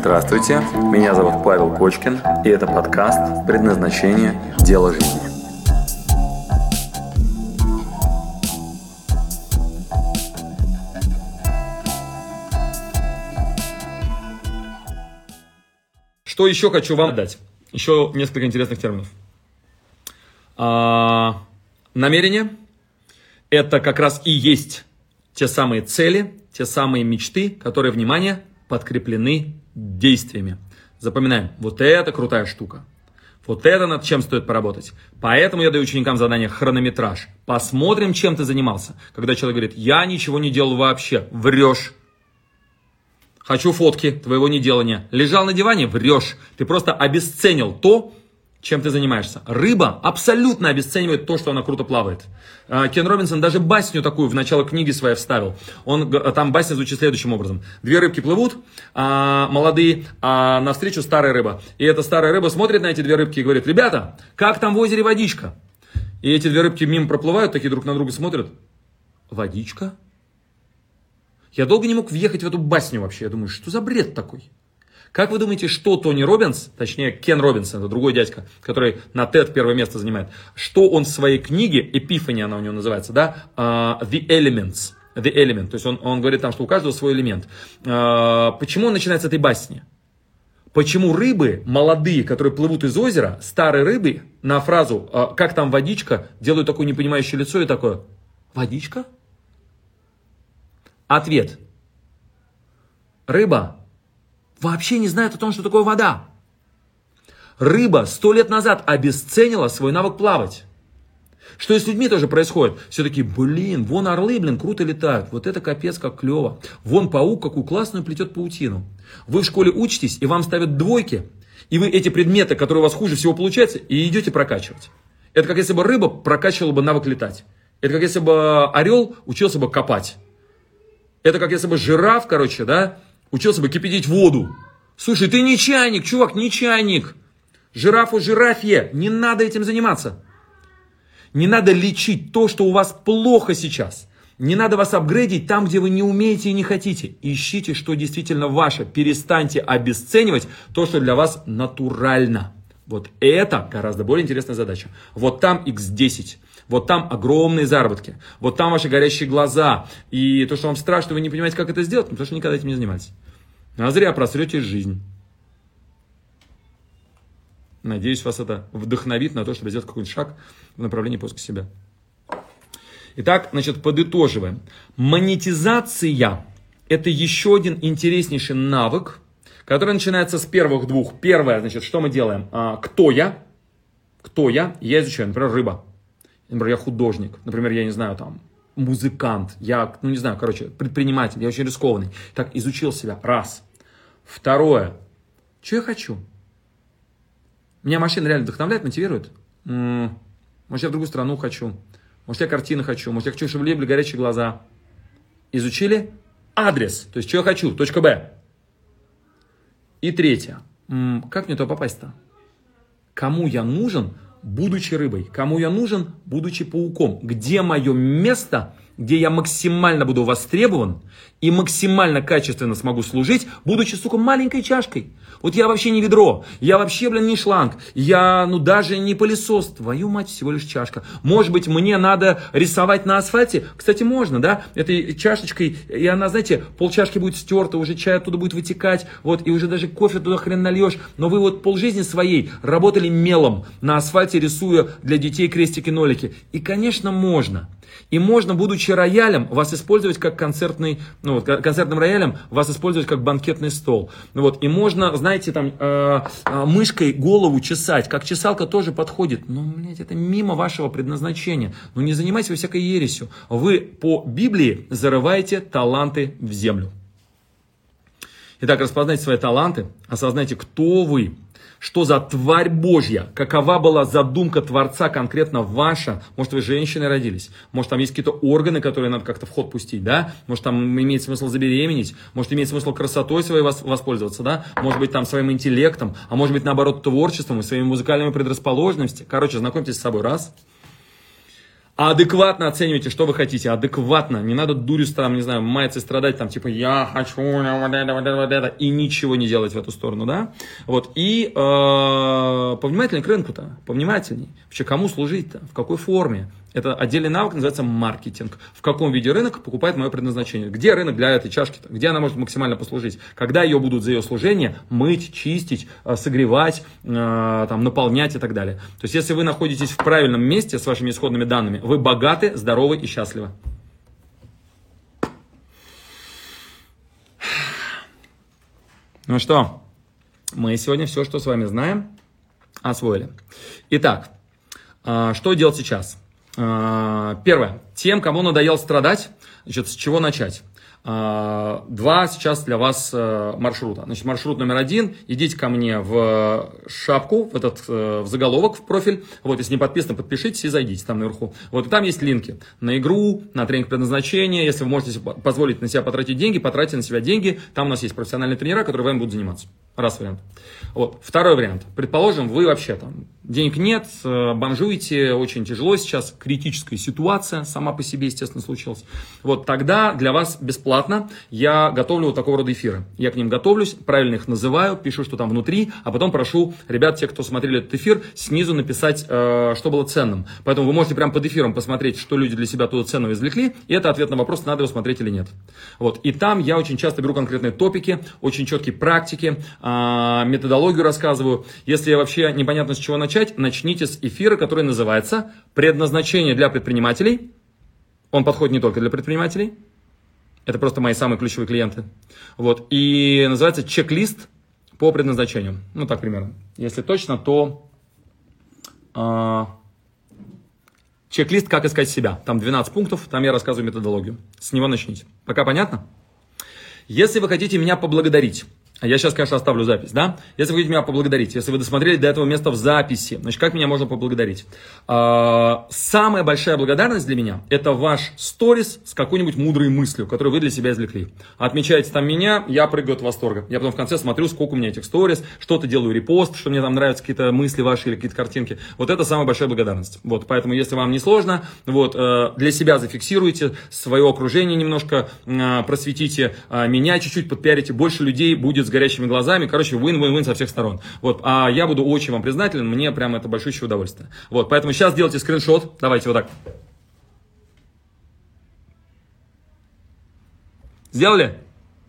Здравствуйте, меня зовут Павел Кочкин, и это подкаст «Предназначение. Дело жизни». Что еще хочу вам дать? Еще несколько интересных терминов. Намерение – это как раз и есть те самые цели, те самые мечты, которые, внимание, подкреплены действиями. Запоминаем, вот это крутая штука. Вот это над чем стоит поработать. Поэтому я даю ученикам задание хронометраж. Посмотрим, чем ты занимался. Когда человек говорит, я ничего не делал вообще, врешь. Хочу фотки твоего неделания. Лежал на диване, врешь. Ты просто обесценил то, чем ты занимаешься. Рыба абсолютно обесценивает то, что она круто плавает. Кен Робинсон даже басню такую в начало книги своей вставил. Там басня звучит следующим образом. Две рыбки плывут, молодые, а навстречу старая рыба. И эта старая рыба смотрит на эти две рыбки и говорит, ребята, как там в озере водичка? И эти две рыбки мимо проплывают, такие друг на друга смотрят. Водичка? Я долго не мог въехать в эту басню вообще. Я думаю, что за бред такой? Как вы думаете, что Тони Роббинс, точнее Кен Робинсон, это другой дядька, который на TED первое место занимает, что он в своей книге, Эпифания она у него называется, да, The Elements, The Element, то есть он говорит там, что у каждого свой элемент. Почему он начинает с этой басни? Почему рыбы молодые, которые плывут из озера, старые рыбы на фразу «как там водичка» делают такое непонимающее лицо и такое «водичка?» Ответ. Рыба вообще не знает о том, что такое вода. Рыба 100 лет назад обесценила свой навык плавать. Что и с людьми тоже происходит. Все такие, вон орлы, круто летают. Вот это капец, как клево. Вон паук, какую классную плетет паутину. Вы в школе учитесь, и вам ставят двойки. И вы эти предметы, которые у вас хуже всего получаются, и идете прокачивать. Это как если бы рыба прокачивала бы навык летать. Это как если бы орел учился бы копать. Это как если бы жираф, учился бы кипятить воду. Слушай, ты не чайник, чувак, не чайник. Жирафу жирафье, не надо этим заниматься. Не надо лечить то, что у вас плохо сейчас. Не надо вас апгрейдить там, где вы не умеете и не хотите. Ищите, что действительно ваше. Перестаньте обесценивать то, что для вас натурально. Вот это гораздо более интересная задача. Вот там x10. Вот там огромные заработки. Вот там ваши горящие глаза. И то, что вам страшно, вы не понимаете, как это сделать, потому что никогда этим не занимались. А зря просрете жизнь. Надеюсь, вас это вдохновит на то, чтобы сделать какой-нибудь шаг в направлении поиска себя. Итак, подытоживаем. Монетизация – это еще один интереснейший навык, который начинается с первых двух. Первое, что мы делаем? Кто я? Кто я? Я изучаю, например, рыба. Например, я художник. Например, я не знаю, музыкант. Я, предприниматель. Я очень рискованный. Так, изучил себя. Раз. Второе. Что я хочу? Меня машина реально вдохновляет, мотивирует. Может, я в другую страну хочу. Может, я картины хочу. Может, я хочу, чтобы были горячие глаза. Изучили? Адрес. То есть, что я хочу? Точка Б. И третье. Как мне туда попасть-то? Кому я нужен, будучи рыбой? Кому я нужен, будучи пауком? Где мое место, где я максимально буду востребован и максимально качественно смогу служить, будучи, маленькой чашкой? Вот я вообще не ведро, я вообще, не шланг, я, даже не пылесос, твою мать, всего лишь чашка. Может быть, мне надо рисовать на асфальте? Кстати, можно, да, этой чашечкой, и она, полчашки будет стерта, уже чай оттуда будет вытекать, и уже даже кофе туда хрен нальешь. Но вы полжизни своей работали мелом на асфальте, рисуя для детей крестики-нолики. И, конечно, можно. И можно, будучи роялем, вас использовать как концертным роялем, вас использовать как банкетный стол. И можно, мышкой голову чесать, как чесалка тоже подходит. Но, это мимо вашего предназначения. Не занимайтесь вы всякой ересью. Вы по Библии зарываете таланты в землю. Итак, распознайте свои таланты, осознайте, кто вы. Что за тварь Божья? Какова была задумка Творца конкретно ваша? Может, вы женщиной родились? Может, там есть какие-то органы, которые надо как-то в ход пустить, да? Может, там имеет смысл забеременеть? Может, имеет смысл красотой своей воспользоваться, да? Может быть, там своим интеллектом? А может быть, наоборот, творчеством и своими музыкальными предрасположенностями? Знакомьтесь с собой, раз. Адекватно оценивайте, что вы хотите, адекватно. Не надо дурью там, не знаю, маяться и страдать, там, типа, я хочу вот это, и ничего не делать в эту сторону, да? Вот, и повнимательнее к рынку-то, повнимательней. Вообще, кому служить-то, в какой форме? Это отдельный навык, называется маркетинг. В каком виде рынок покупает мое предназначение? Где рынок для этой чашки-то? Где она может максимально послужить? Когда ее будут за ее служение мыть, чистить, согревать, там, наполнять и так далее. То есть, если вы находитесь в правильном месте с вашими исходными данными, вы богаты, здоровы и счастливы. Ну что, мы сегодня все, что с вами знаем, освоили. Итак, что делать сейчас? Первое. Тем, кому надоело страдать, значит, с чего начать? Два сейчас для вас маршрута. Значит, маршрут номер 1. Идите ко мне в шапку, в заголовок, в профиль. Вот, если не подписаны, подпишитесь и зайдите там наверху. Вот, и там есть линки на игру, на тренинг предназначения. Если вы можете позволить на себя потратить деньги, потратьте на себя деньги. Там у нас есть профессиональные тренера, которые вами будут заниматься. Раз вариант. Вот. Второй вариант. Предположим, вы вообще там денег нет, бомжуете, очень тяжело сейчас, критическая ситуация сама по себе, естественно, случилась. Вот тогда для вас бесплатно я готовлю вот такого рода эфиры. Я к ним готовлюсь, правильно их называю, пишу, что там внутри, а потом прошу ребят, те, кто смотрели этот эфир, снизу написать, что было ценным. Поэтому вы можете прямо под эфиром посмотреть, что люди для себя туда ценного извлекли, и это ответ на вопрос, надо его смотреть или нет. Вот. И там я очень часто беру конкретные топики, очень четкие практики, методологию рассказываю. Если вообще непонятно, с чего начать, начните с эфира, который называется «Предназначение для предпринимателей». Он подходит не только для предпринимателей. Это просто мои самые ключевые клиенты. Вот. И называется «Чек-лист по предназначению». Ну, так примерно. Если точно, то чек-лист «Как искать себя». Там 12 пунктов, там я рассказываю методологию. С него начните. Пока понятно? Если вы хотите меня поблагодарить, а я сейчас, конечно, оставлю запись, да? Если вы хотите меня поблагодарить, если вы досмотрели до этого места в записи, значит, как меня можно поблагодарить? Самая большая благодарность для меня – это ваш сторис с какой-нибудь мудрой мыслью, которую вы для себя извлекли. Отмечаете там меня, я прыгаю от восторга. Я потом в конце смотрю, сколько у меня этих сторис, что-то делаю репост, что мне там нравятся какие-то мысли ваши или какие-то картинки. Вот это самая большая благодарность. Вот, поэтому, если вам не сложно, вот, для себя зафиксируйте, свое окружение немножко просветите, меня чуть-чуть подпиарите, больше людей будет с горящими глазами, короче, win-win-win со всех сторон. Вот, а я буду очень вам признателен, мне прям это большущее удовольствие. Вот, поэтому сейчас делайте скриншот, давайте вот так. Сделали?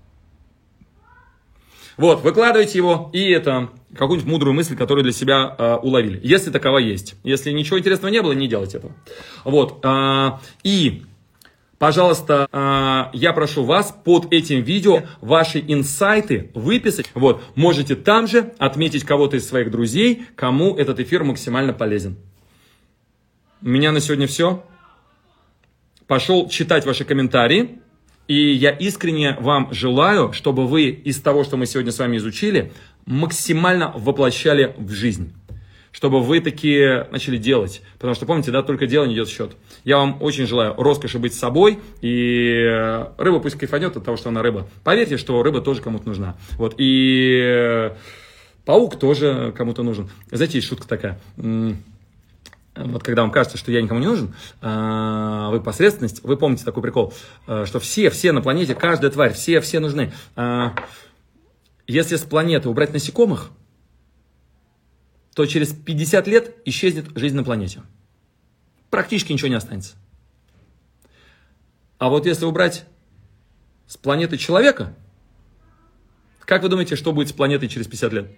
Вот, выкладывайте его и это, какую-нибудь мудрую мысль, которую для себя уловили, если такова есть. Если ничего интересного не было, не делайте этого. Вот, и... Пожалуйста, я прошу вас под этим видео ваши инсайты выписать. Вот, можете там же отметить кого-то из своих друзей, кому этот эфир максимально полезен. У меня на сегодня все. Пошел читать ваши комментарии. И я искренне вам желаю, чтобы вы из того, что мы сегодня с вами изучили, максимально воплощали в жизнь. Чтобы вы такие начали делать. Потому что, помните, да, только дело не идет в счет. Я вам очень желаю роскоши быть собой. И рыба пусть кайфанет от того, что она рыба. Поверьте, что рыба тоже кому-то нужна. Вот. И паук тоже кому-то нужен. Знаете, есть шутка такая. Вот когда вам кажется, что я никому не нужен, вы посредственность, вы помните такой прикол, что все на планете, каждая тварь, все нужны. Если с планеты убрать насекомых, то через 50 лет исчезнет жизнь на планете. Практически ничего не останется. А вот если убрать с планеты человека, как вы думаете, что будет с планетой через 50 лет?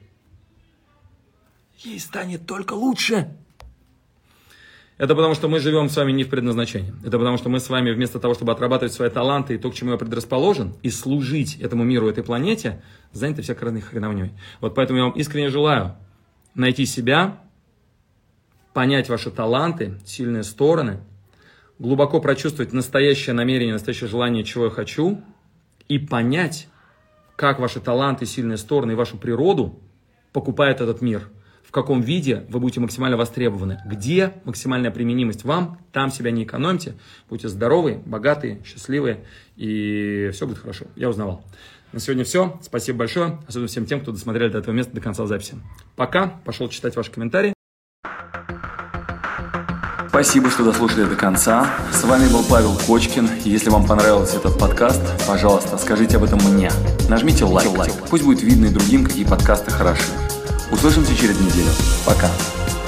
Ей станет только лучше. Это потому, что мы живем с вами не в предназначении. Это потому, что мы с вами вместо того, чтобы отрабатывать свои таланты и то, к чему я предрасположен, и служить этому миру, этой планете, заняты всякой хреновней. Вот поэтому я вам искренне желаю найти себя, понять ваши таланты, сильные стороны, глубоко прочувствовать настоящее намерение, настоящее желание, чего я хочу, и понять, как ваши таланты, сильные стороны и вашу природу покупает этот мир. В каком виде вы будете максимально востребованы. Где максимальная применимость вам, там себя не экономьте. Будьте здоровые, богатые, счастливые, и все будет хорошо. Я узнавал. На сегодня все. Спасибо большое. Особенно всем тем, кто досмотрели до этого места, до конца записи. Пока. Пошел читать ваши комментарии. Спасибо, что дослушали до конца. С вами был Павел Кочкин. Если вам понравился этот подкаст, пожалуйста, скажите об этом мне. Нажмите лайк. Пусть будет видно и другим, какие подкасты хороши. Услышимся через неделю. Пока.